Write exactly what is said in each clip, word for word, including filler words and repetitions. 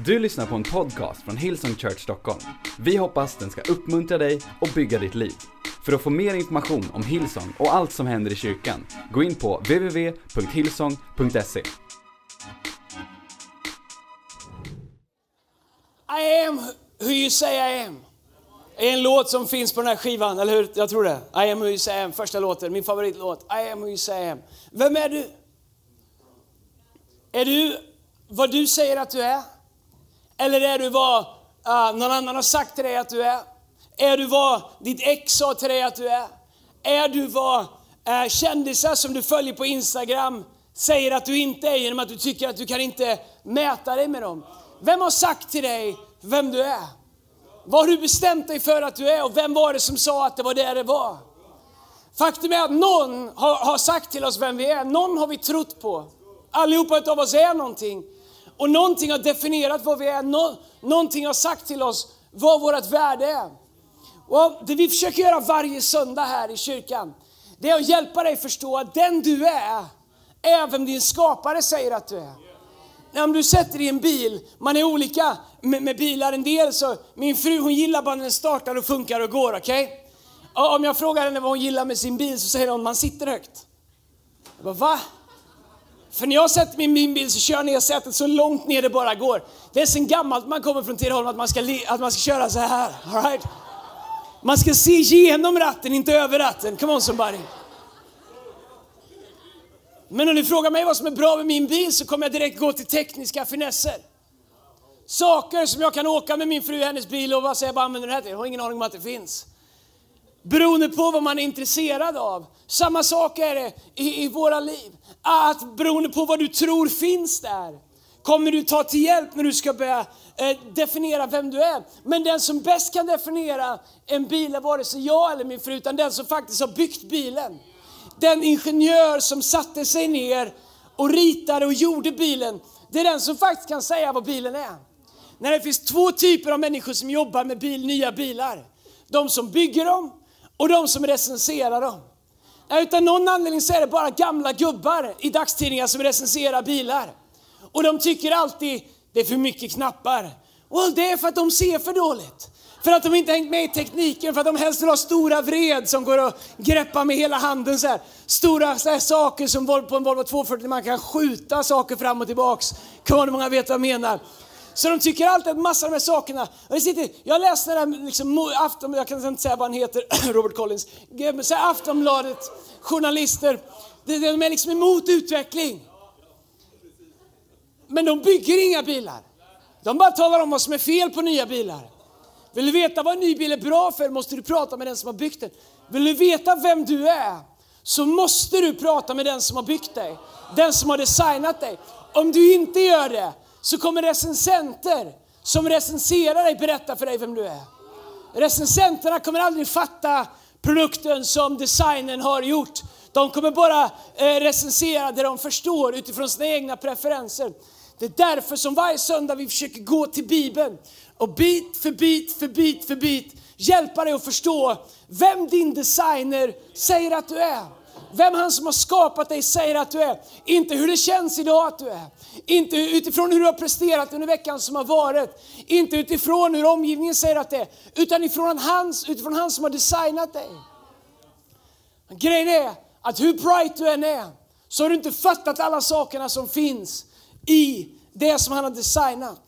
Du lyssnar på en podcast från Hillsong Church Stockholm. Vi hoppas den ska uppmuntra dig och bygga ditt liv. För att få mer information om Hillsong och allt som händer i kyrkan, gå in på w w w punkt hillsong punkt se. I am who you say I am. Det är en låt som finns på den här skivan, eller hur? Jag tror det. I am who you say I am, första låten, min favoritlåt. I am who you say I am. Vem är du? Är du vad du säger att du är? Eller är du vad uh, någon annan har sagt till dig att du är? Är du vad ditt ex sa till dig att du är? Är du vad uh, kändisar som du följer på Instagram säger att du inte är, genom att du tycker att du kan inte mäta dig med dem? Vem har sagt till dig vem du är? Vad har du bestämt dig för att du är? Och vem var det som sa att det var det det var? Faktum är att någon har, har sagt till oss vem vi är. Någon har vi trott på. Allihopa av oss är någonting. Och någonting har definierat vad vi är. Nå, någonting har sagt till oss vad vårt värde är. Och det vi försöker göra varje söndag här i kyrkan, det är att hjälpa dig förstå att den du är, även din skapare säger att du är. När du sätter dig i en bil, man är olika med, med bilar. En del så, min fru hon gillar bara när den startar och funkar och går, okej? Okay? Och om jag frågar henne vad hon gillar med sin bil så säger hon, man sitter högt. Jag bara, va? För när jag sätter mig i min bil så kör jag ner sätet så långt ner det bara går. Det är sen gammalt man kommer från Tidaholm att man ska, att man ska köra så här. All right? Man ska se igenom ratten, inte över ratten. Come on somebody. Men om du frågar mig vad som är bra med min bil så kommer jag direkt gå till tekniska finesser. Saker som jag kan åka med min fru i hennes bil och bara säga, bara använder det här till. Jag har ingen aning om att det finns. Beroende på vad man är intresserad av. Samma sak är det i, i våra liv. Att beroende på vad du tror finns där, kommer du ta till hjälp när du ska börja eh, definiera vem du är. Men den som bäst kan definiera en bil är vare sig jag eller min fru, utan den som faktiskt har byggt bilen. Den ingenjör som satte sig ner och ritade och gjorde bilen. Det är den som faktiskt kan säga vad bilen är. När det finns två typer av människor som jobbar med bil, nya bilar. De som bygger dem och de som recenserar dem. Utan någon anledning så är det bara gamla gubbar i dagstidningar som recenserar bilar. Och de tycker alltid det är för mycket knappar. Och det är för att de ser för dåligt. För att de inte hängt med i tekniken. För att de helst vill ha stora vred som går att greppa med hela handen. Så här. Stora så här, saker som på en Volvo tvåhundrafyrtio. Man kan skjuta saker fram och tillbaks. Kan många vet vad jag menar. Så de tycker alltid att massa av de här sakerna. Jag läste den där liksom, Afton, jag kan inte säga vad han heter, Robert Collins. Så här, Aftonbladet, journalister. De är liksom emot utveckling. Men de bygger inga bilar. De bara talar om vad som är fel på nya bilar. Vill du veta vad en ny bil är bra för, måste du prata med den som har byggt den. Vill du veta vem du är, så måste du prata med den som har byggt dig. Den som har designat dig. Om du inte gör det, så kommer recensenter som recenserar dig berätta för dig vem du är. Recensenterna kommer aldrig fatta produkten som designern har gjort. De kommer bara eh, recensera det de förstår utifrån sina egna preferenser. Det är därför som varje söndag vi försöker gå till Bibeln och bit för bit för bit för bit hjälpa dig att förstå vem din designer säger att du är. Vem han som har skapat dig säger att du är. Inte hur det känns idag att du är. Inte utifrån hur du har presterat under veckan som har varit. Inte utifrån hur omgivningen säger att det är. Utan utifrån hans, utifrån han som har designat dig. Grejen är att hur bright du än är, så har du inte fattat alla sakerna som finns i det som han har designat.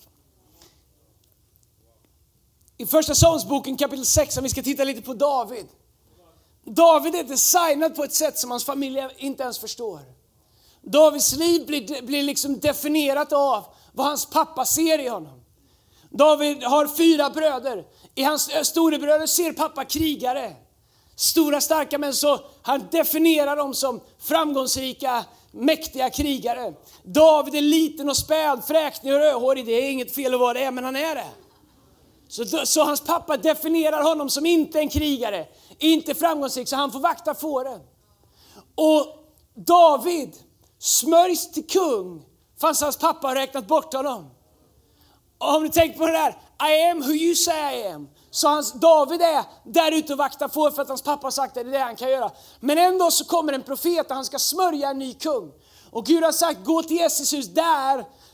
I första Samuelsboken kapitel sex, om vi ska titta lite på David. David är designad på ett sätt som hans familj inte ens förstår. Davids liv blir, blir liksom definierat av vad hans pappa ser i honom. David har fyra bröder. I hans storebröder ser pappa krigare. Stora starka män, så han definierar dem som framgångsrika, mäktiga krigare. David är liten och späd, fräknig och rödhårig. Det är inget fel att vara det, men han är det. Så, så hans pappa definierar honom som inte en krigare, inte framgångsrik, så han får vakta fåren. Och David smörjs till kung fast hans pappa har räknat bort honom. Och om du tänker på det där, I am who you say I am. Så hans, David är där ute och vaktar får för att hans pappa har sagt att det är det han kan göra. Men ändå så kommer en profet och han ska smörja en ny kung. Och Gud har sagt, gå till Jesus hus, där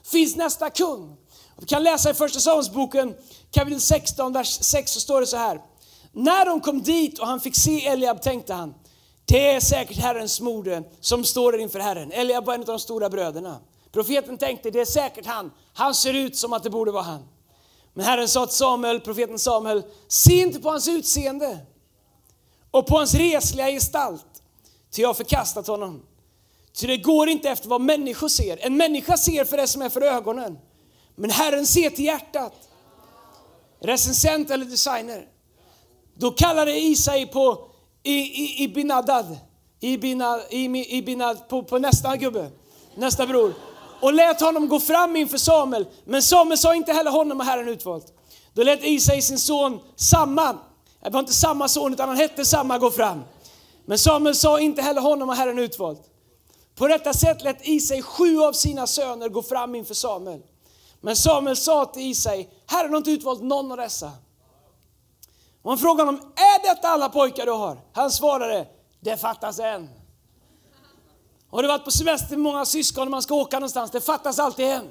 finns nästa kung. Vi kan läsa i första Samuelsboken kapitel sexton, vers sex, så står det så här. När de kom dit och han fick se Eliab tänkte han, det är säkert Herrens mode som står där inför Herren. Eliab var en av de stora bröderna. Profeten tänkte, det är säkert han. Han ser ut som att det borde vara han. Men Herren sa till Samuel, profeten Samuel, se inte på hans utseende och på hans resliga gestalt, ty jag har förkastat honom. Så det går inte efter vad människor ser. En människa ser för det som är för ögonen. Men Herren ser till hjärtat. Recensent eller designer. Då kallade Isai på Ibinadad. Ibinad, Ibinad på, på nästa gubbe. Nästa bror. Och lät honom gå fram inför Samuel. Men Samuel sa inte heller honom och Herren utvalt. Då lät Isai sin son samma. Det var inte samma son utan han hette samma gå fram. Men Samuel sa inte heller honom och Herren utvalt. På detta sätt lät Isai sju av sina söner gå fram inför Samuel. Men Samuel sa till Isai, Herren har inte utvalt någon av dessa. Och han frågade honom, är detta alla pojkar du har? Han svarade, det fattas en. Har du varit på semester med många syskon och man ska åka någonstans? Det fattas alltid en.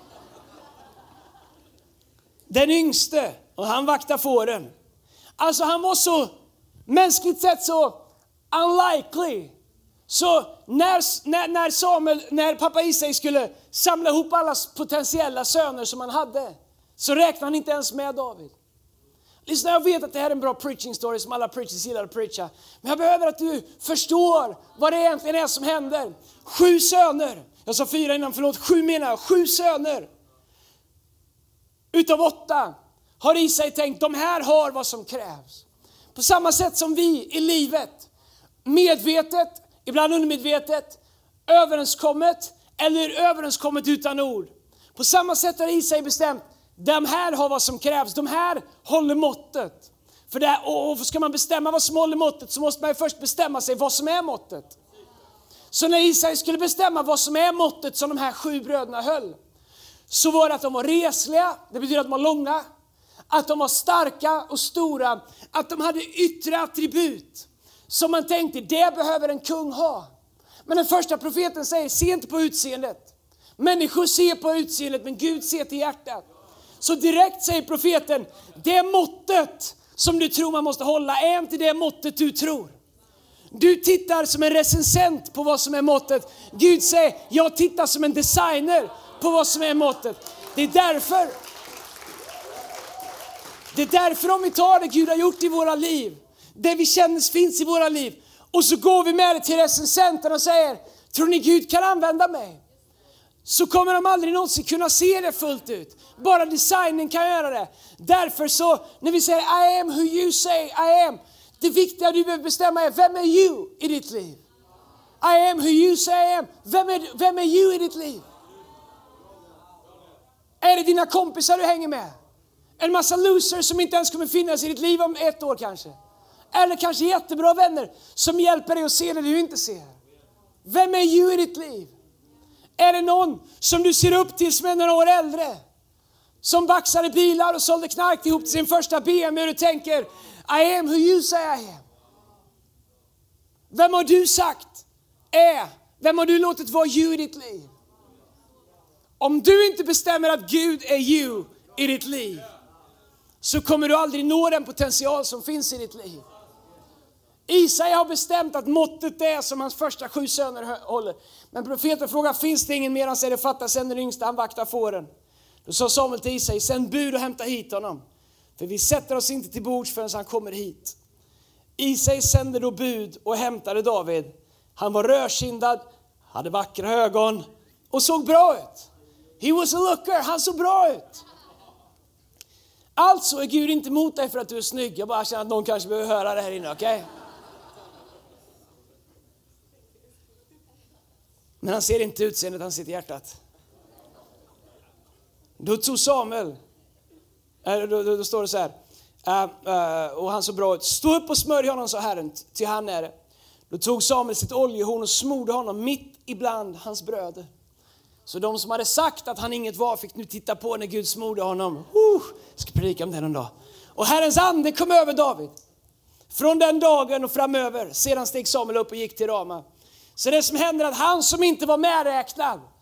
Den yngste, och han vaktar fåren. Alltså han var så, mänskligt sett så unlikely. Så när, när, när Samuel, när pappa Isai skulle samla ihop alla potentiella söner som han hade, så räknade han inte ens med David. Lyssna, jag vet att det här är en bra preaching story som alla preachers gillar att preacha. Men jag behöver att du förstår vad det egentligen är som händer. Sju söner. Jag sa fyra innan, förlåt. Sju menar jag. Sju söner. Utav åtta har Isai tänkt, de här har vad som krävs. På samma sätt som vi i livet. Medvetet, ibland undermedvetet. Överenskommet eller överenskommet utan ord. På samma sätt har Isai bestämt, de här har vad som krävs. De här håller måttet. För det, och ska man bestämma vad som håller måttet så måste man ju först bestämma sig vad som är måttet. Så när Isai skulle bestämma vad som är måttet som de här sju bröderna höll, så var det att de var resliga, det betyder att de var långa, att de var starka och stora, att de hade yttre attribut som man tänkte, det behöver en kung ha. Men den första profeten säger, se inte på utseendet. Människor ser på utseendet, men Gud ser till hjärtat. Så direkt säger profeten, det måttet som du tror man måste hålla är inte det måttet du tror. Du tittar som en recensent på vad som är måttet. Gud säger, jag tittar som en designer på vad som är måttet. Det är därför. Det är därför om vi tar det Gud har gjort i våra liv, det vi känner finns i våra liv, och så går vi med det till recensenten och säger, tror ni Gud kan använda mig? Så kommer de aldrig någonsin kunna se det fullt ut. Bara designen kan göra det. Därför så, när vi säger I am who you say I am, det viktiga du behöver bestämma är, vem är you i ditt liv? I am who you say I am. Vem är, vem är you i ditt liv? Är det dina kompisar du hänger med? En massa losers som inte ens kommer finnas i ditt liv om ett år kanske? Eller kanske jättebra vänner som hjälper dig att se det du inte ser? Vem är you i ditt liv? Är det någon som du ser upp till som är några år äldre? Som baxade bilar och sålde knark ihop till sin första B M W, och du tänker, I am who you say I am. Vem har du sagt är? Vem har du låtit vara you i ditt liv? Om du inte bestämmer att Gud är you i ditt liv, så kommer du aldrig nå den potential som finns i ditt liv. Isai har bestämt att måttet är som hans första sju söner håller. Men profeten frågar, finns det ingen mer? Han säger, det fattas en, den yngsta, han vaktar fåren. Då sa Samuel till Isai, sänd bud och hämta hit honom. För vi sätter oss inte till bords förrän han kommer hit. Isai sände då bud och hämtade David. Han var rödkindad, hade vackra ögon och såg bra ut. He was a looker, han såg bra ut. Alltså är Gud inte emot dig för att du är snygg. Jag bara känner att någon kanske behöver höra det här inne, okej? Okay? Men han ser inte utseendet, han ser till hjärtat. Då tog Samuel, äh, då, då, då står det så här, äh, äh, och han såg bra ut. Stå upp och smörj honom, sa Herren, till han är det. Då tog Samuel sitt oljehorn och smorde honom mitt ibland hans bröder. Så de som hade sagt att han inget var fick nu titta på när Gud smorde honom. Uh, jag ska predika om det någon dag. Och Herrens ande kom över David. Från den dagen och framöver. Sedan steg Samuel upp och gick till Rama. Så det som händer är att han som inte var medräknad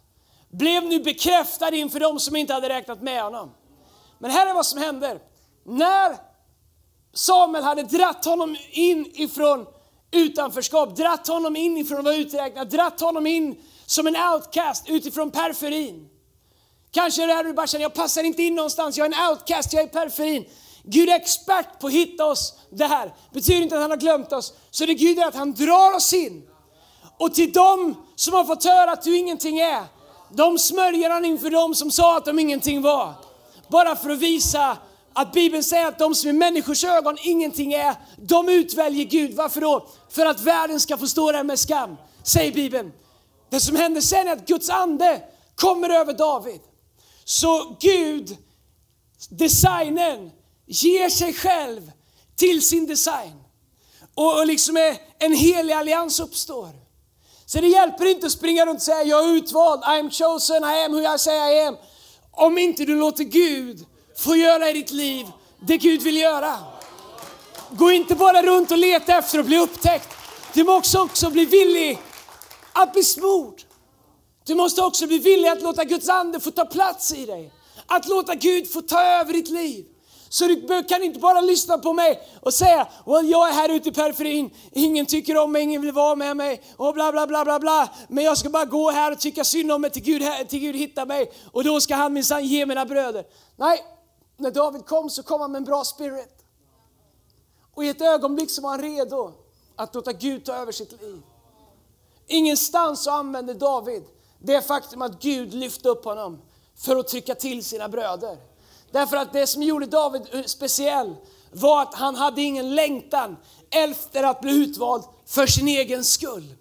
blev nu bekräftad inför dem som inte hade räknat med honom. Men här är vad som händer. När Samuel hade dratt honom in ifrån utanförskap, dratt honom in ifrån att vara uträknad, dratt honom in som en outcast utifrån periferin. Kanske är det här du bara känner, jag passar inte in någonstans, jag är en outcast, jag är i periferin. Gud är expert på att hitta oss där. Betyder inte att han har glömt oss. Så det Gud är att han drar oss in. Och till dem som har fått höra att du ingenting är, de smörjer han inför dem som sa att de ingenting var. Bara för att visa att Bibeln säger att de som i människors ögon ingenting är, de utväljer Gud. Varför då? För att världen ska få stå där med skam, säger Bibeln. Det som händer sen är att Guds ande kommer över David. Så Gud, designen, ger sig själv till sin design. Och, och liksom är en helig allians uppstår. Så det hjälper inte att springa runt och säga jag är utvald, I am chosen, I am who I say I am. Om inte du låter Gud få göra i ditt liv det Gud vill göra. Gå inte bara runt och leta efter att bli upptäckt. Du måste också bli villig att bli smord. Du måste också bli villig att låta Guds ande få ta plats i dig. Att låta Gud få ta över ditt liv. Så du kan inte bara lyssna på mig och säga well, jag är här ute i periferin, ingen tycker om mig, ingen vill vara med mig och bla bla bla bla bla. Men jag ska bara gå här och tycka synd om mig till Gud, till Gud hittar mig och då ska han minsann ge mina bröder. Nej, när David kom så kom han med en bra spirit. Och i ett ögonblick så var han redo att låta Gud ta över sitt liv. Ingenstans så använde David det faktum att Gud lyfte upp honom för att trycka till sina bröder. Därför att det som gjorde David speciell var att han hade ingen längtan efter att bli utvald för sin egen skull.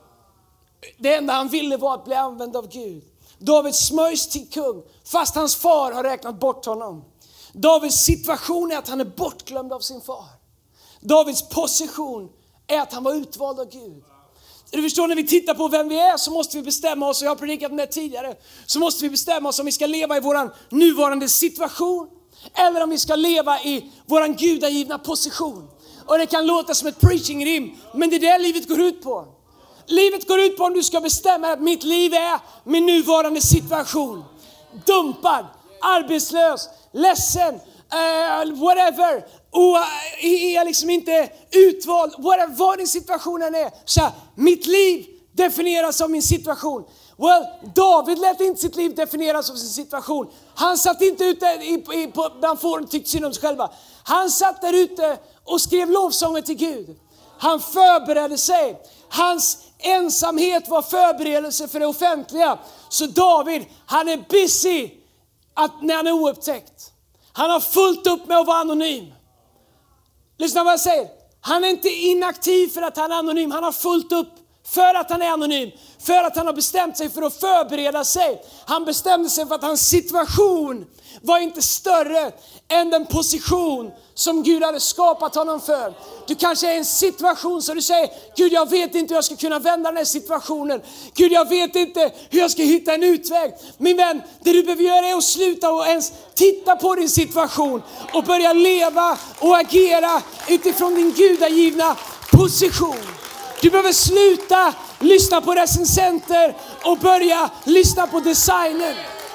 Det enda han ville var att bli använd av Gud. David smörjs till kung fast hans far har räknat bort honom. Davids situation är att han är bortglömd av sin far. Davids position är att han var utvald av Gud. Du förstår, när vi tittar på vem vi är så måste vi bestämma oss, och jag har predikat om det tidigare, så måste vi bestämma oss om vi ska leva i våran nuvarande situation eller om vi ska leva i våran gudagivna position. Och det kan låta som ett preaching rim, men det är det livet går ut på. Livet går ut på om du ska bestämma att mitt liv är min nuvarande situation. Dumpad, arbetslös, ledsen, uh, whatever. Och är jag liksom inte utvald, whatever, vad din situationen är. Så här, mitt liv definieras av min situation. Well, David lät inte sitt liv definieras av sin situation. Han satt inte ute i, i, på, bland fåren och tyckte synd om sig själva. Han satt där ute och skrev lovsånger till Gud. Han förberedde sig. Hans ensamhet var förberedelse för det offentliga. Så David, han är busy att, när han är oupptäckt. Han har fullt upp med att vara anonym. Lyssna vad jag säger. Han är inte inaktiv för att han är anonym. Han har fullt upp för att han är anonym. För att han har bestämt sig för att förbereda sig. Han bestämde sig för att hans situation var inte större än den position som Gud hade skapat honom för. Du kanske är i en situation så du säger, Gud, jag vet inte hur jag ska kunna vända den här situationen. Gud, jag vet inte hur jag ska hitta en utväg. Min vän, det du behöver göra är att sluta och ens titta på din situation och börja leva och agera utifrån din gudagivna position. Du behöver sluta lyssna på recensenter och börja lyssna på designen.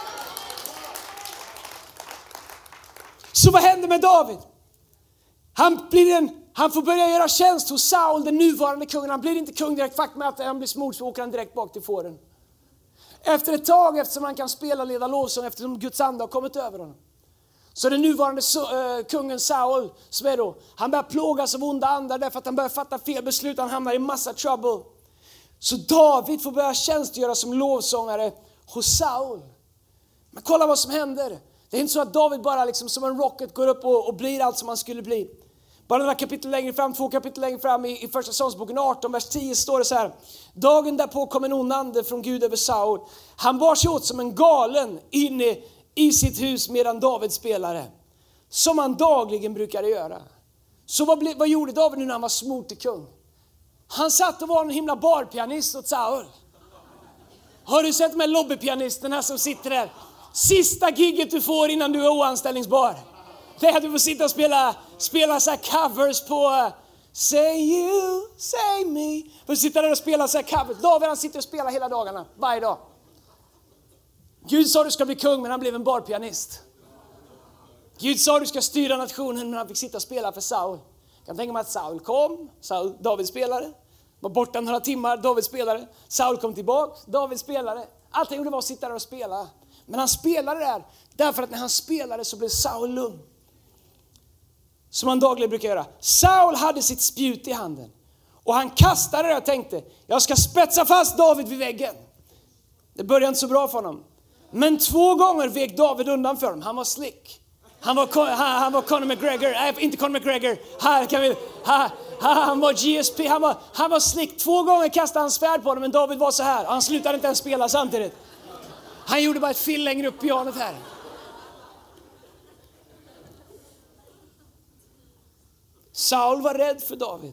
Så vad händer med David? Han, blir en, han får börja göra tjänst hos Saul, den nuvarande kungen. Han blir inte kung direkt, faktum är att han blir smord, så åker han direkt bak till fåren. Efter ett tag, eftersom han kan spela och leda lovsång, eftersom Guds ande har kommit över honom. Så den nuvarande uh, kungen Saul, som är då, han börjar plågas av onda andar därför att han börjar fatta fel beslut. Han hamnar i massa trouble. Så David får börja tjänstgöra som lovsångare hos Saul. Men kolla vad som händer. Det är inte så att David bara liksom som en rocket går upp och, och blir allt som han skulle bli. Bara några kapitel längre fram, två kapitel längre fram i, i första Samuelsboken arton, vers tio står det så här. Dagen därpå kom en ond ande från Gud över Saul. Han bar sig åt som en galen inne i sitt hus medan David spelade. Som han dagligen brukade göra. Så vad, ble, vad gjorde David nu när han var smord till kung? Han satt och var en himla barpianist åt Saul. Har du sett med lobbypianisterna som sitter där? Sista gigget du får innan du är oanställningsbar. Det är att du får sitta och spela, spela så här covers på uh, Say you, say me. Du får sitta där och spela så här covers. David han sitter och spelar hela dagarna, varje dag. Gud sa du ska bli kung, men han blev en barpianist. Gud sa du ska styra nationen, men han fick sitta och spela för Saul. Jag kan tänka mig att Saul kom, Saul, David spelare. Var borta några timmar, David spelare. Saul kom tillbaka, David spelare. Allt han gjorde var att sitta där och spela. Men han spelade där, därför att när han spelade så blev Saul lugn. Som han dagligen brukar göra. Saul hade sitt spjut i handen. Och han kastade det och tänkte, jag ska spetsa fast David vid väggen. Det började inte så bra för honom. Men två gånger vek David undan för honom. Han var slick. Han var, han, han var Conor McGregor. Nej, inte Conor McGregor. Här kan vi, här, han var G S P. Han var, han var slick. Två gånger kastade han svärd på honom. Men David var så här. Han slutade inte ens spela samtidigt. Han gjorde bara ett fill längre upp pianot här. Saul var rädd för David.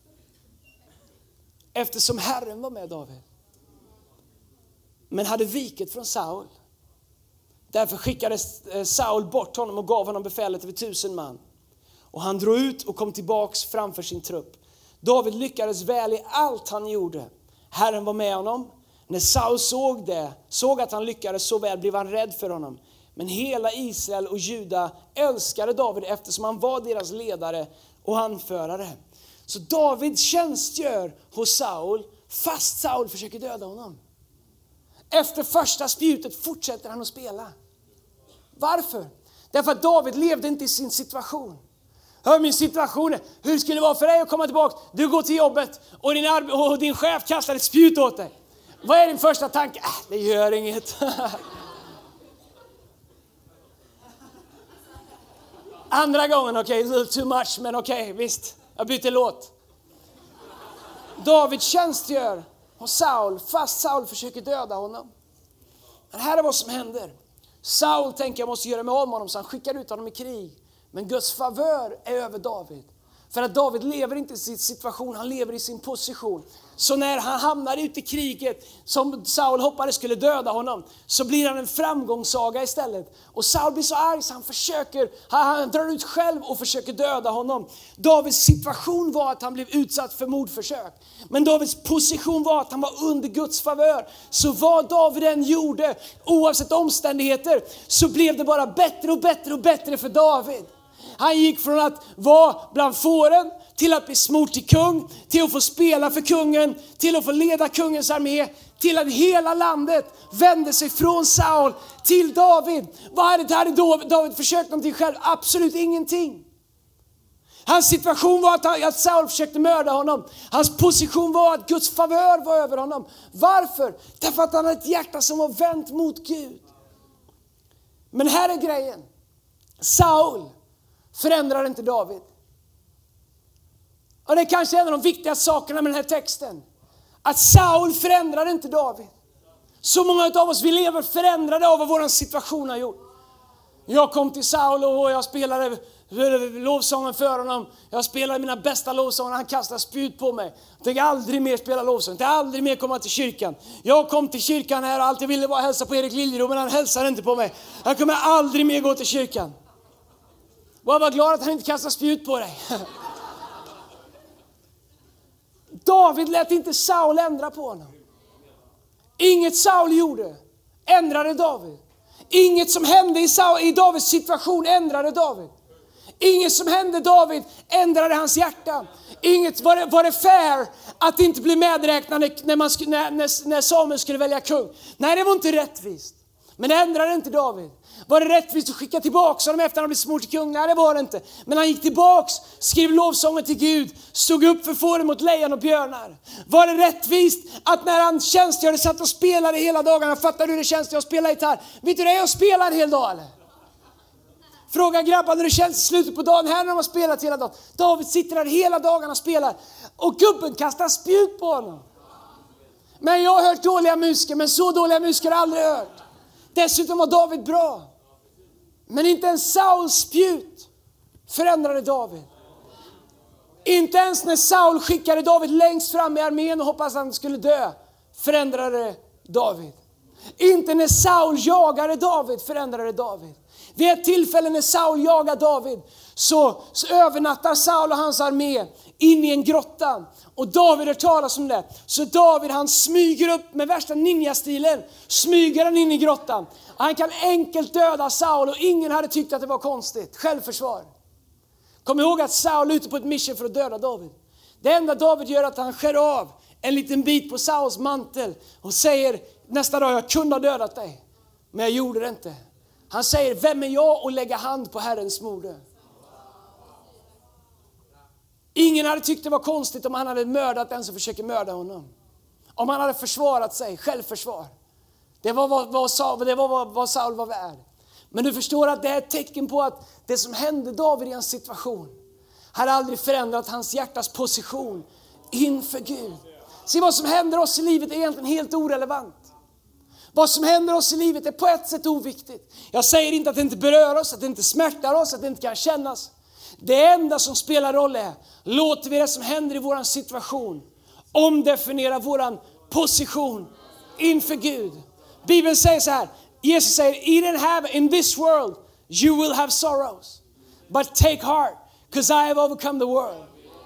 Eftersom Herren var med David. Men hade viket från Saul. Därför skickade Saul bort honom och gav honom befälet över tusen man. Och han drog ut och kom tillbaks framför sin trupp. David lyckades väl i allt han gjorde. Herren var med honom. När Saul såg det, såg att han lyckades så väl, blev han rädd för honom. Men hela Israel och Juda älskade David eftersom han var deras ledare och anförare. Så David tjänstgör hos Saul fast Saul försöker döda honom. Efter första spjutet fortsätter han att spela. Varför? Därför att David levde inte i sin situation. Hör min situation, hur skulle det vara för dig att komma tillbaka? Du går till jobbet och din, arbe- och din chef kastar ett spjut åt dig. Vad är din första tanke? Äh, det gör inget. Andra gången, okej, okay, too much, men okej, okay, visst. Jag byter låt. David tjänstgör hos Saul fast Saul försöker döda honom. Men här är vad som händer. Saul tänker jag måste göra mig av med honom, så han skickar ut honom i krig. Men Guds favör är över David. För att David lever inte i sin situation, han lever i sin position. Så när han hamnar ute i kriget som Saul hoppades skulle döda honom, så blir han en framgångssaga istället. Och Saul blir så arg så han försöker, han drar ut själv och försöker döda honom. Davids situation var att han blev utsatt för mordförsök. Men Davids position var att han var under Guds favör. Så vad David än gjorde, oavsett omständigheter, så blev det bara bättre och bättre och bättre för David. Han gick från att vara bland fåren till att bli smort till kung, till att få spela för kungen, till att få leda kungens armé, till att hela landet vände sig från Saul till David. Vad hade, hade David försökt någonting själv? Absolut ingenting. Hans situation var att, han, att Saul försökte mörda honom. Hans position var att Guds favör var över honom. Varför? Därför att han hade ett hjärta som var vänt mot Gud. Men här är grejen. Saul förändrar inte David. Och det är kanske en av de viktigaste sakerna med den här texten. Att Saul förändrar inte David. Så många av oss, vi lever förändrade av vad vår situation har gjort. Jag kom till Saul och jag spelade lovsången för honom. Jag spelade mina bästa lovsånger. Han kastade spjut på mig. Jag tänkte aldrig mer spela lovsång. Jag tänkte aldrig mer komma till kyrkan. Jag kom till kyrkan här och alltid ville bara hälsa på Erik Liljeroth, men han hälsade inte på mig. Jag kommer aldrig mer gå till kyrkan. Var var glad att han inte kastade spjut på dig. David lät inte Saul ändra på honom. Inget Saul gjorde ändrade David. Inget som hände i, Saul, i Davids situation ändrade David. Inget som hände David ändrade hans hjärta. Inget var det, var det fair att inte bli medräknad när, man, när, när, när Samuel skulle välja kung. Nej, det var inte rättvist. Men det ändrade inte David. Var det rättvist att skicka tillbaka honom efter att han blivit smort till kung? Nej, det var det inte. Men han gick tillbaks, skrev lovsånger till Gud, stod upp för fåren mot lejon och björnar. Var det rättvist att när han tjänstgjorde satt och spelade hela dagarna? Fattar du hur det känns att spela gitarr? Vet du det, jag spelar en hel dag eller? Fråga grabbar när det känns i slutet på dagen här när de har spelat hela dagen. David sitter där hela dagarna och spelar. Och gubben kastar spjut på honom. Men jag har hört dåliga musiker, men så dåliga musiker har jag aldrig hört. Dessutom var David bra. Men inte en Sauls spjut förändrade David. Inte ens när Saul skickade David längst fram i armén och hoppades att han skulle dö förändrade David. Inte när Saul jagade David förändrade David. Vid ett tillfälle när Saul jagar David så, så övernattar Saul och hans armé in i en grotta. Och David hör talas om det. Så David han smyger upp med värsta ninja-stilen. Smyger han in i grottan. Han kan enkelt döda Saul och ingen hade tyckt att det var konstigt. Självförsvar. Kom ihåg att Saul är ute på ett mission för att döda David. Det enda David gör är att han skär av en liten bit på Sauls mantel och säger nästa dag, jag kunde ha dödat dig, men jag gjorde det inte. Han säger, vem är jag att lägga hand på Herrens mode? Ingen hade tyckt det var konstigt om han hade mördat den som försöker mörda honom. Om han hade försvarat sig, självförsvar. Det var vad, vad, Saul, det var vad, vad Saul var värd. Men du förstår att det är ett tecken på att det som hände David i hans situation hade aldrig förändrat hans hjärtas position inför Gud. Se, vad som händer oss i livet är egentligen helt orelevant. Vad som händer oss i livet är på ett sätt oviktigt. Jag säger inte att det inte berör oss, att det inte smärtar oss, att det inte kan kännas. Det enda som spelar roll är, låter vi det som händer i våran situation omdefiniera våran position inför Gud. Bibeln säger så här, Jesus säger, in, have, in this world you will have sorrows. But take heart, because I have overcome the world.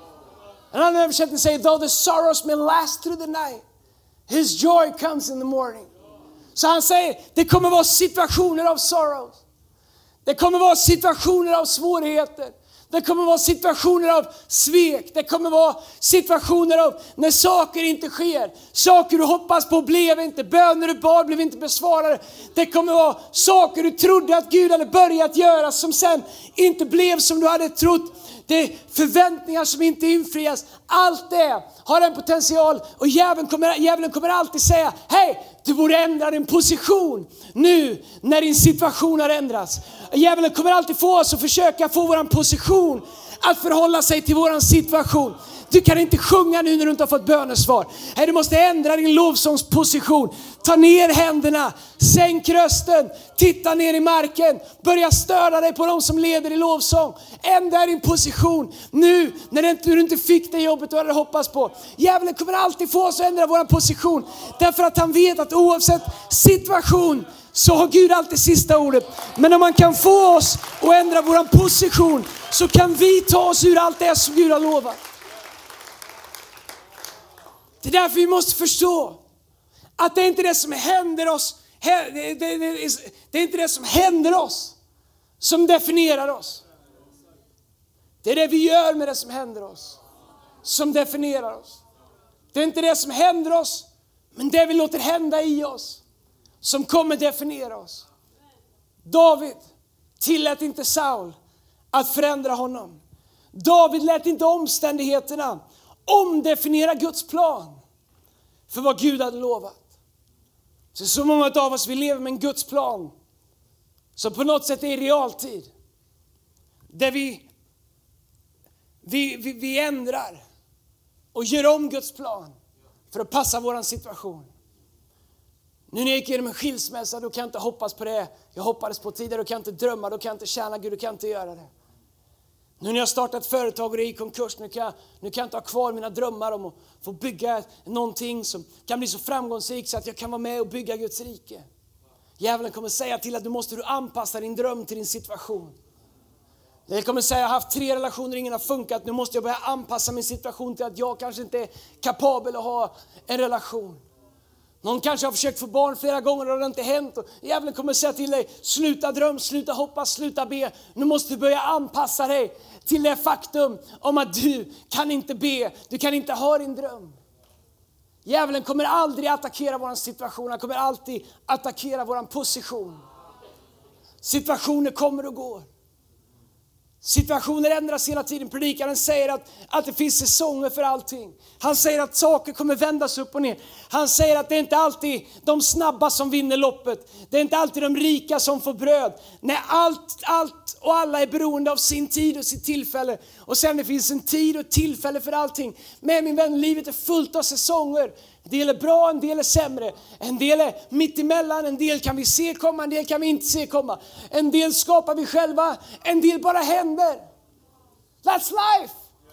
En annan översättning säger, though the sorrows may last through the night, his joy comes in the morning. Så han säger, det kommer vara situationer av sorrows. Det kommer vara situationer av svårigheter. Det kommer vara situationer av svek. Det kommer vara situationer av när saker inte sker. Saker du hoppas på blev inte. Böner du bad blev inte besvarade. Det kommer vara saker du trodde att Gud hade börjat göra som sen inte blev som du hade trott. Det är förväntningar som inte infrias. Allt det har en potential. Och djävulen kommer, djävulen kommer alltid säga, hej, du borde ändra din position nu när din situation har ändrats. Djävulen kommer alltid få oss att försöka få vår position att förhålla sig till vår situation. Du kan inte sjunga nu när du inte har fått bönesvar. Du måste ändra din lovsångsposition. Ta ner händerna, sänk rösten, titta ner i marken. Börja störa dig på de som leder i lovsång. Ändra din position nu när du inte fick det jobbet du hade hoppats på. Djävulen kommer alltid få oss att ändra vår position. Därför att han vet att oavsett situation så har Gud alltid sista ordet. Men om man kan få oss att ändra vår position så kan vi ta oss ur allt det som Gud har lovat. Det är därför vi måste förstå att det är inte det som händer oss, det, det, det, det är inte det som händer oss som definierar oss. Det är det vi gör med det som händer oss som definierar oss. Det är inte det som händer oss, men det vi låter hända i oss som kommer definiera oss. David tillät inte Saul att förändra honom. David lät inte omständigheterna omdefiniera Guds plan för vad Gud hade lovat. Så, så många av oss vi lever med en Guds plan som på något sätt är i realtid. Där vi, vi, vi, vi ändrar och gör om Guds plan för att passa våran situation. Nu när jag gick igenom en skilsmässa, då kan jag inte hoppas på det jag hoppades på tidigare. Då kan jag inte drömma, då kan jag inte tjäna Gud, då kan jag inte göra det. Nu när jag startat ett företag och det är i konkurs, nu kan, jag, nu kan jag inte ha kvar mina drömmar om att få bygga någonting som kan bli så framgångsrikt så att jag kan vara med och bygga Guds rike. Djävulen kommer säga till att du måste du anpassa din dröm till din situation. Det kommer säga, jag har haft tre relationer, ingen har funkat, nu måste jag börja anpassa min situation till att jag kanske inte är kapabel att ha en relation. Någon kanske har försökt få barn flera gånger och det har inte hänt. Och djävulen kommer säga till dig, sluta dröm, sluta hoppas, sluta be. Nu måste du börja anpassa dig till det faktum om att du kan inte be, du kan inte ha din dröm. Djävulen kommer aldrig attackera vår situation, han kommer alltid attackera vår position. Situationer kommer och går. Situationer ändras hela tiden. Predikaren säger att, att det finns säsonger för allting. Han säger att saker kommer vändas upp och ner. Han säger att det är inte alltid de snabba som vinner loppet. Det är inte alltid de rika som får bröd. Nej, allt, allt och alla är beroende av sin tid och sitt tillfälle. Och sen det finns en tid och tillfälle för allting. Men min vän, livet är fullt av säsonger. En del är bra, en del är sämre. En del är mitt emellan, en del kan vi se komma, en del kan vi inte se komma. En del skapar vi själva, en del bara händer. That's life.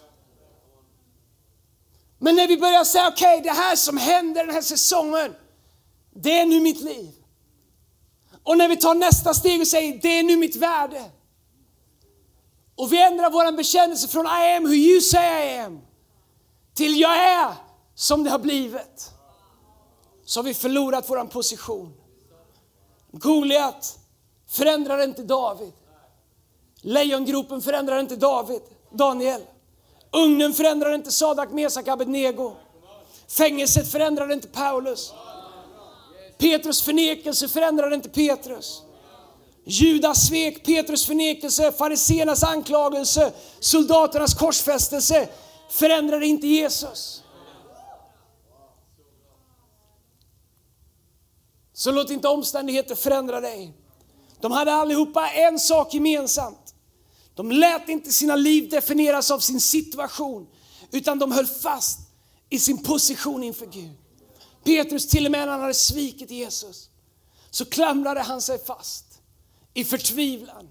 Men när vi börjar säga, okej, okay, det här som händer den här säsongen, det är nu mitt liv. Och när vi tar nästa steg och säger, det är nu mitt värde. Och vi ändrar vår bekännelse från I am who you say I am till jag är som det har blivit. Så har vi förlorat vår position. Goliat förändrar inte David. Lejongropen förändrar inte David, Daniel. Ugnen förändrar inte Sadak, Mesak, Abednego. Fängelset förändrar inte Paulus. Petrus förnekelse förändrar inte Petrus. Judas svek, Petrus förnekelse, fariséernas anklagelse, soldaternas korsfästelse förändrar inte Jesus. Så låt inte omständigheter förändra dig. De hade allihopa en sak gemensamt. De lät inte sina liv definieras av sin situation, utan de höll fast i sin position inför Gud. Petrus, till och med när han hade svikit Jesus, så klamrade han sig fast i förtvivlan.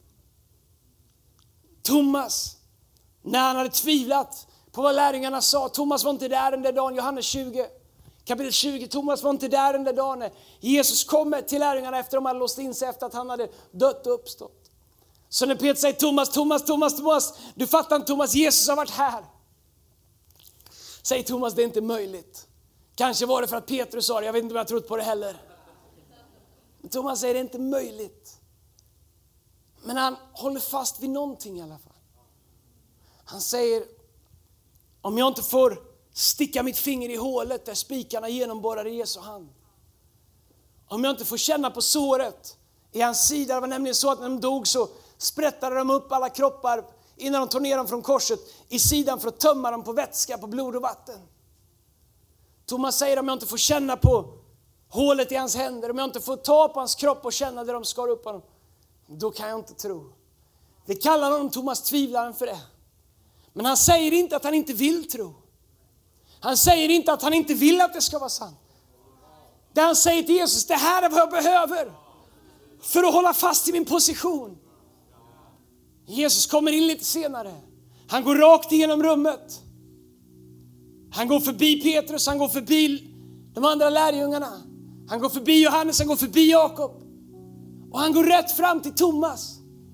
Thomas, när han hade tvivlat på vad lärjungarna sa, Thomas var inte där den där dagen, Johannes tjugo, kapitel tjugo, Thomas var inte där den där dagen. Jesus kommer till lärjungarna efter att de hade låst in sig, efter att han hade dött och uppstått. Så när Petrus säger, Thomas, Thomas, Thomas, Thomas, du fattar inte Thomas, Jesus har varit här. Säger Thomas, det är inte möjligt. Kanske var det för att Petrus sa det, jag vet inte om jag trott på det heller. Men Thomas säger, det är inte möjligt. Men han håller fast vid någonting i alla fall. Han säger, om jag inte får sticka mitt finger i hålet där spikarna genomborrade Jesu hand. Om jag inte får känna på såret i hans sida. Det var nämligen så att när de dog så sprättade de upp alla kroppar innan de tog ner dem från korset i sidan för att tömma dem på vätska, på blod och vatten. Thomas säger, om jag inte får känna på hålet i hans händer, om jag inte får ta på hans kropp och känna där de skar upp honom, då kan jag inte tro. Vi kallar honom Thomas tvivlaren för det. Men han säger inte att han inte vill tro. Han säger inte att han inte vill att det ska vara sant. Det han säger till Jesus, det här är vad jag behöver för att hålla fast i min position. Jesus kommer in lite senare. Han går rakt igenom rummet. Han går förbi Petrus, han går förbi de andra lärjungarna. Han går förbi Johannes, han går förbi Jakob. Och han går rätt fram till Thomas.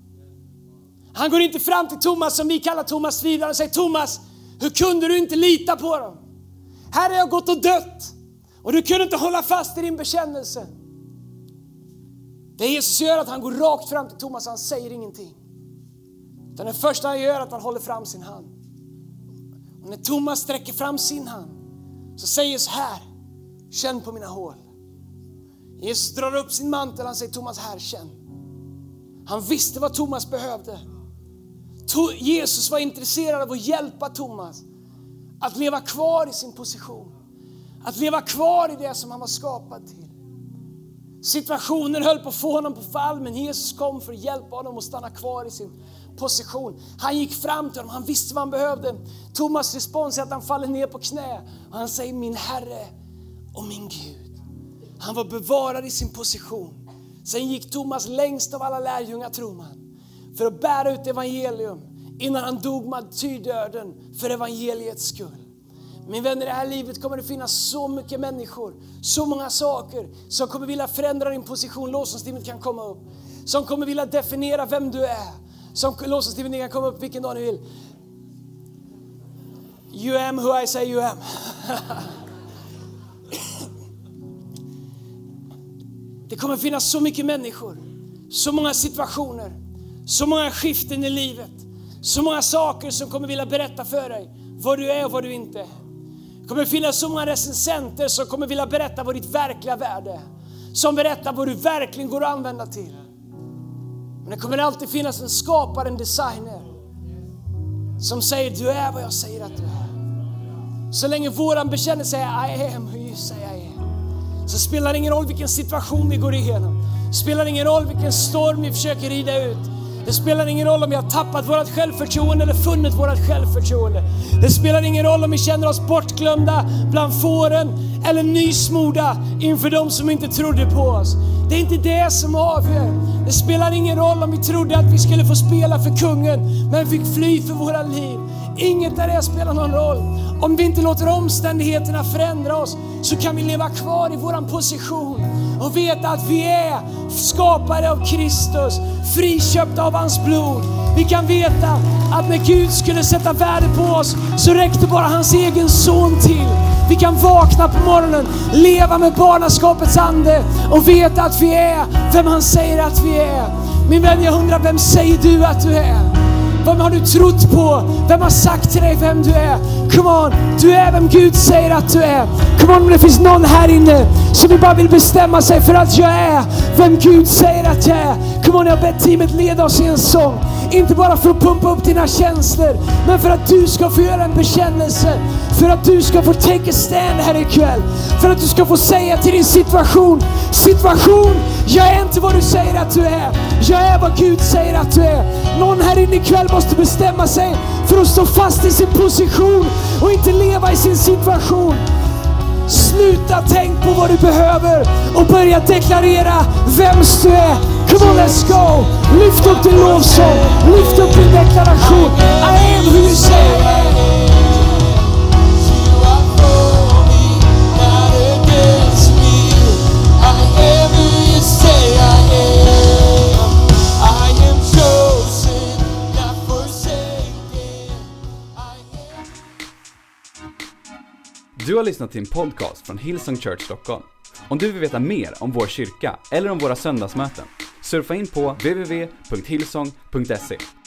Han går inte fram till Thomas som vi kallar Thomas tvivlaren och säger, Thomas, hur kunde du inte lita på dem? Här har jag gått och dött. Och du kunde inte hålla fast i din bekännelse. Det Jesus gör är att han går rakt fram till Thomas och han säger ingenting. Utan det första han gör är att han håller fram sin hand. Och när Thomas sträcker fram sin hand så säger Jesus, här, känn på mina hål. Jesus drar upp sin mantel och han säger, Thomas, här, känn. Han visste vad Thomas behövde. Jesus var intresserad av att hjälpa Thomas att leva kvar i sin position. Att leva kvar i det som han var skapad till. Situationen höll på att få honom på fall, men Jesus kom för att hjälpa honom att stanna kvar i sin position. Han gick fram till honom, han visste vad han behövde. Thomas respons är att han faller ner på knä och han säger, min Herre och min Gud. Han var bevarad i sin position. Sen gick Thomas längst av alla lärjungar, tror man, för att bära ut evangelium innan han dog martyrdöden för evangeliets skull. Min vänner, i det här livet kommer det finnas så mycket människor, så många saker som kommer vilja förändra din position. Lovsångsteamet kan komma upp. Som kommer vilja definiera vem du är. Som lovsångsteamet kan komma upp vilken dag ni vill. You am who I say you am. Det kommer finnas så mycket människor, så många situationer, så många skiften i livet, så många saker som kommer vilja berätta för dig vad du är och vad du inte är. Det kommer finnas så många recensenter som kommer vilja berätta vad ditt verkliga värde är. Som berättar vad du verkligen går att använda till. Men det kommer alltid finnas en skapare, en designer som säger, du är vad jag säger att du är. Så länge våran bekännelse är I am who you say I am, så spelar det ingen roll vilken situation vi går igenom. Det spelar ingen roll vilken storm vi försöker rida ut. Det spelar ingen roll om vi har tappat vårt självförtroende eller funnit vårt självförtroende. Det spelar ingen roll om vi känner oss bortglömda bland fåren eller nysmorda inför de som inte trodde på oss. Det är inte det som avgör. Det spelar ingen roll om vi trodde att vi skulle få spela för kungen men fick fly för våra liv. Inget av det spelar någon roll. Om vi inte låter omständigheterna förändra oss så kan vi leva kvar i våran position. och veta att vi är skapade av Kristus, friköpta av hans blod. Vi kan veta att när Gud skulle sätta värde på oss så räckte bara hans egen son till. Vi kan vakna på morgonen, leva med barnaskapets ande och veta att vi är vem han säger att vi är. Min vän, jag undrar, vem säger du att du är? Vem har du trott på? Vem har sagt till dig vem du är? Come on, du är vem Gud säger att du är. Come on, om det finns någon här inne som bara vill bestämma sig för att jag är vem Gud säger att jag är. Come on, jag har bett teamet leda oss i en sång. Inte bara för att pumpa upp dina känslor, men för att du ska få göra en bekännelse. För att du ska få take a stand här ikväll. För att du ska få säga till din situation: Situation, jag är inte vad du säger att du är. Jag är vad Gud säger att du är. Någon här inne ikväll måste bestämma sig för att stå fast i sin position och inte leva i sin situation. Sluta tänk på vad du behöver och börja deklarera vem du är. Come on, let's go. Lyft upp din lovsång. Lyft upp din deklaration. I am who you say I am. Du har lyssnat till en podcast från Hillsong Church Stockholm. Om du vill veta mer om vår kyrka eller om våra söndagsmöten, surfa in på w w w punkt hillsong punkt se.